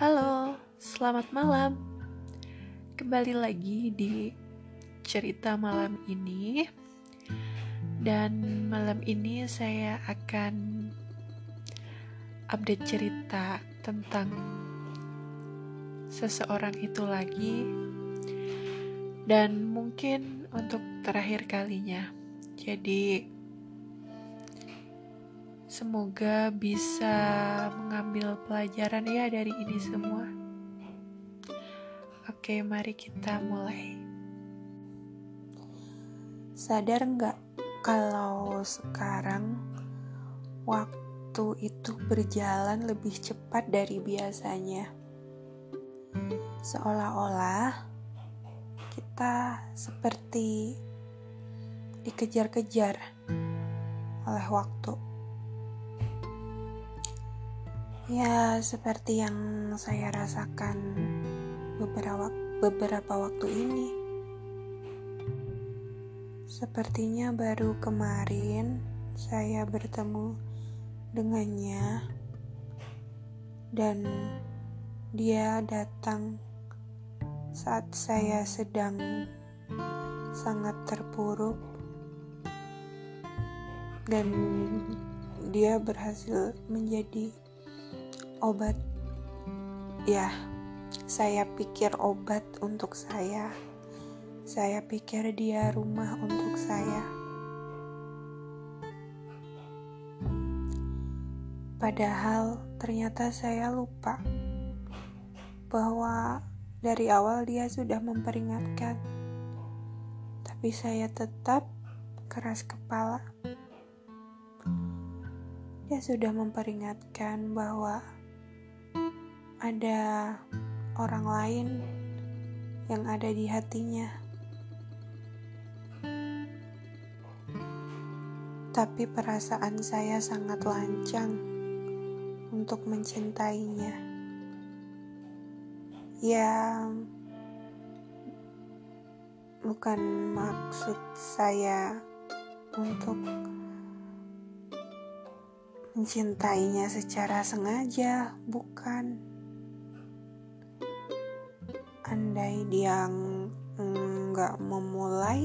Halo, selamat malam. Kembali lagi di cerita malam ini. Dan malam ini saya akan update cerita tentang seseorang itu lagi. Dan mungkin untuk terakhir kalinya. Jadi semoga bisa mengambil pelajaran ya dari ini semua. Oke, mari kita mulai. Sadar nggak kalau sekarang waktu itu berjalan lebih cepat dari biasanya? Seolah-olah kita seperti dikejar-kejar oleh waktu. Ya, seperti yang saya rasakan beberapa waktu ini. Sepertinya baru kemarin saya bertemu dengannya dan dia datang saat saya sedang sangat terpuruk dan dia berhasil menjadi obat. Ya, saya pikir obat untuk saya. Saya pikir dia rumah untuk saya. Padahal ternyata saya lupa bahwa dari awal dia sudah memperingatkan. Tapi saya tetap keras kepala. Dia sudah memperingatkan bahwa ada orang lain yang ada di hatinya. Tapi perasaan saya sangat lancang untuk mencintainya. Ya, bukan maksud saya untuk mencintainya secara sengaja, bukan. Andai dia nggak memulai,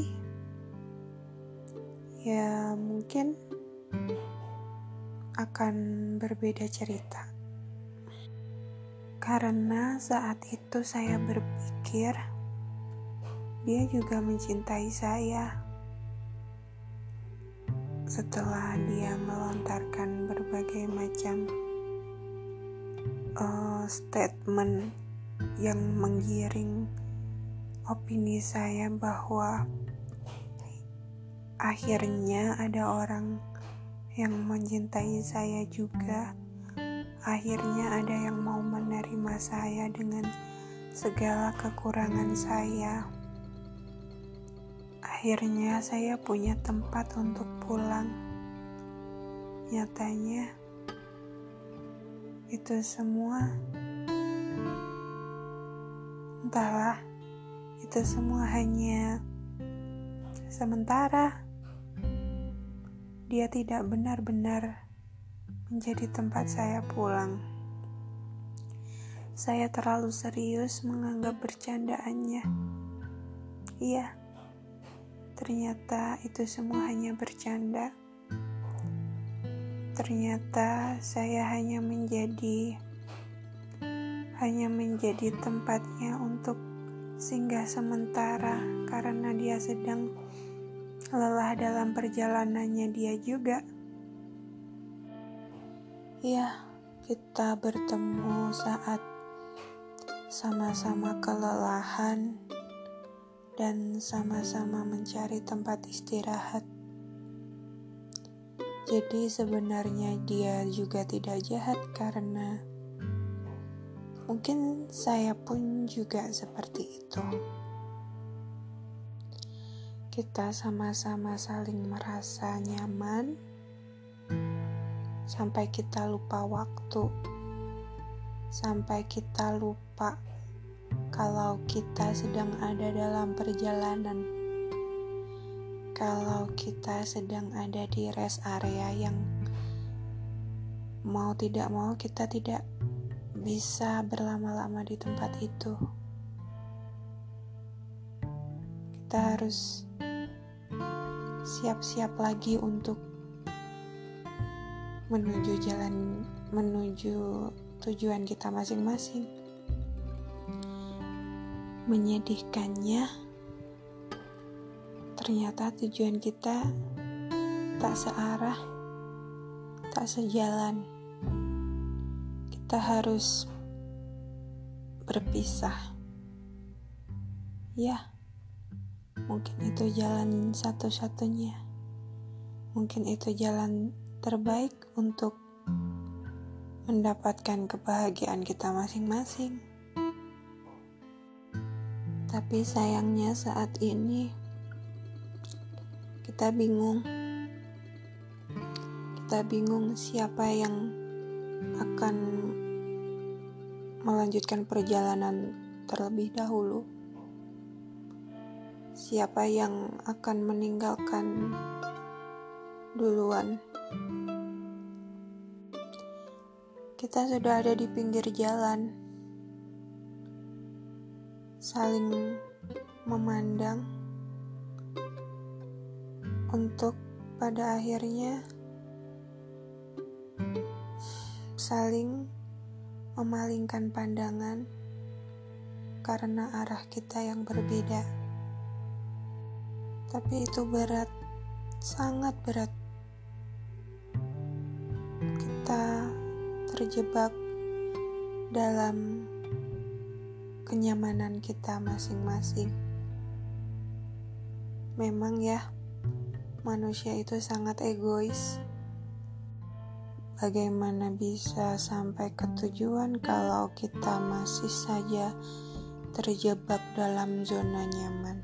ya mungkin akan berbeda cerita. Karena saat itu saya berpikir dia juga mencintai saya. Setelah dia melontarkan berbagai macam statement yang menggiring opini saya bahwa akhirnya ada orang yang mencintai saya juga. Akhirnya ada yang mau menerima saya dengan segala kekurangan saya. Akhirnya saya punya tempat untuk pulang. Nyatanya itu semua, entahlah, itu semua hanya sementara. Dia tidak benar-benar menjadi tempat saya pulang. Saya terlalu serius menganggap bercandaannya. Iya, ternyata itu semua hanya bercanda. Ternyata saya hanya menjadi tempatnya untuk singgah sementara karena dia sedang lelah dalam perjalanannya dia juga. Ya, kita bertemu saat sama-sama kelelahan dan sama-sama mencari tempat istirahat. Jadi sebenarnya dia juga tidak jahat karena mungkin saya pun juga seperti itu. Kita sama-sama saling merasa nyaman sampai kita lupa waktu, sampai kita lupa kalau kita sedang ada dalam perjalanan, kalau kita sedang ada di rest area yang mau tidak mau kita tidak bisa berlama-lama di tempat itu. Kita harus siap-siap lagi untuk menuju tujuan kita masing-masing. Menyedihkannya, ternyata tujuan kita tak searah, tak sejalan. Kita harus berpisah. Ya, mungkin itu jalan satu-satunya. Mungkin itu jalan terbaik untuk mendapatkan kebahagiaan kita masing-masing. Tapi sayangnya saat ini kita bingung. Kita bingung siapa yang akan melanjutkan perjalanan terlebih dahulu. Siapa yang akan meninggalkan duluan. Kita sudah ada di pinggir jalan, saling memandang untuk pada akhirnya saling memalingkan pandangan karena arah kita yang berbeda. Tapi itu berat, sangat berat. Kita terjebak dalam kenyamanan kita masing-masing. Memang ya, manusia itu sangat egois. Bagaimana bisa sampai ke tujuan kalau kita masih saja terjebak dalam zona nyaman?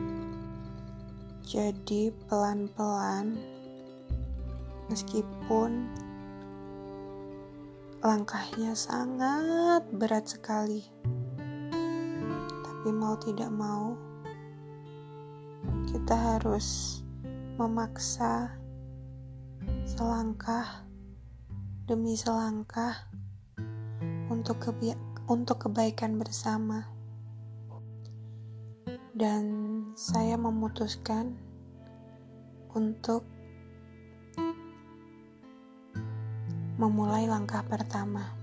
Jadi pelan-pelan, meskipun langkahnya sangat berat sekali, tapi mau tidak mau, kita harus memaksa selangkah demi selangkah untuk kebaikan bersama. Dan saya memutuskan untuk memulai langkah pertama.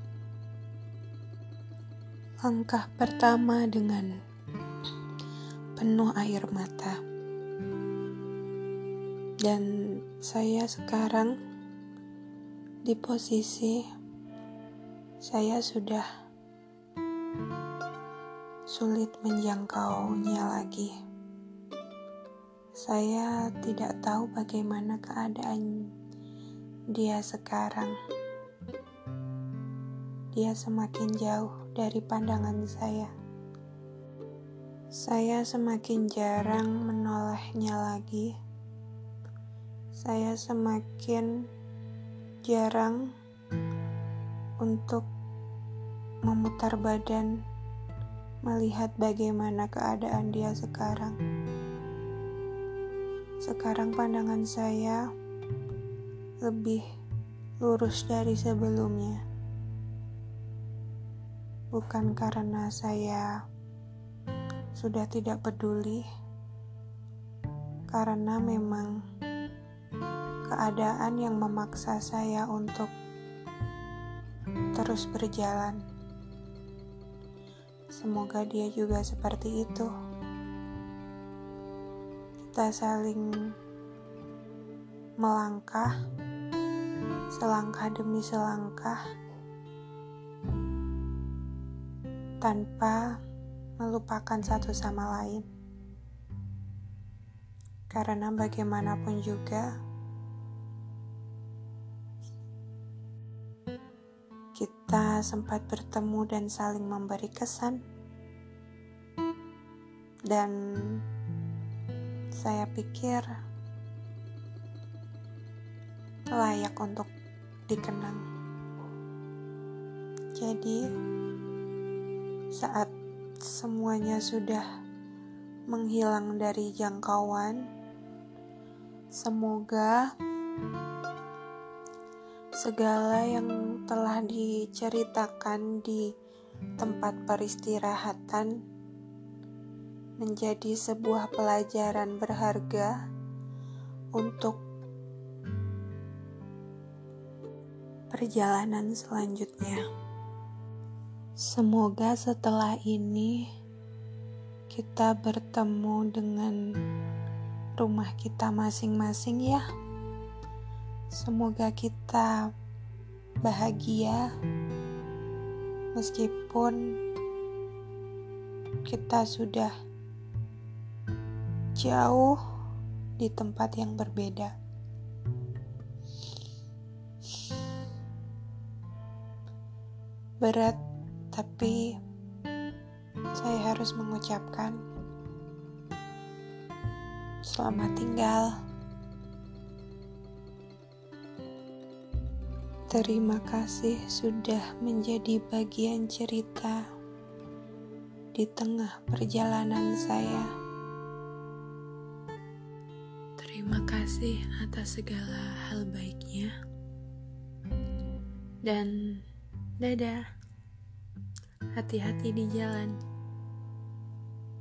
Langkah pertama dengan penuh air mata. Dan saya sekarang di posisi saya sudah sulit menjangkaunya lagi. Saya tidak tahu bagaimana keadaan dia sekarang. Dia semakin jauh dari pandangan saya. Saya semakin jarang menolehnya lagi. Saya semakin jarang untuk memutar badan melihat bagaimana keadaan dia sekarang. Sekarang pandangan saya lebih lurus dari sebelumnya. Bukan karena saya sudah tidak peduli, karena memang keadaan yang memaksa saya untuk terus berjalan. Semoga dia juga seperti itu. Kita saling melangkah, selangkah demi selangkah, tanpa melupakan satu sama lain. Karena bagaimanapun juga, kita sempat bertemu dan saling memberi kesan. Dan saya pikir layak untuk dikenang. Jadi, saat semuanya sudah menghilang dari jangkauan, semoga segala yang telah diceritakan di tempat peristirahatan menjadi sebuah pelajaran berharga untuk perjalanan selanjutnya. Semoga setelah ini kita bertemu dengan rumah kita masing-masing ya. Semoga kita bahagia meskipun kita sudah jauh di tempat yang berbeda. Berat, tapi saya harus mengucapkan selamat tinggal. Terima kasih sudah menjadi bagian cerita di tengah perjalanan saya. Terima kasih atas segala hal baiknya. Dan dadah. Hati-hati di jalan.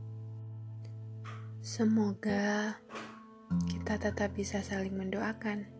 Semoga kita tetap bisa saling mendoakan.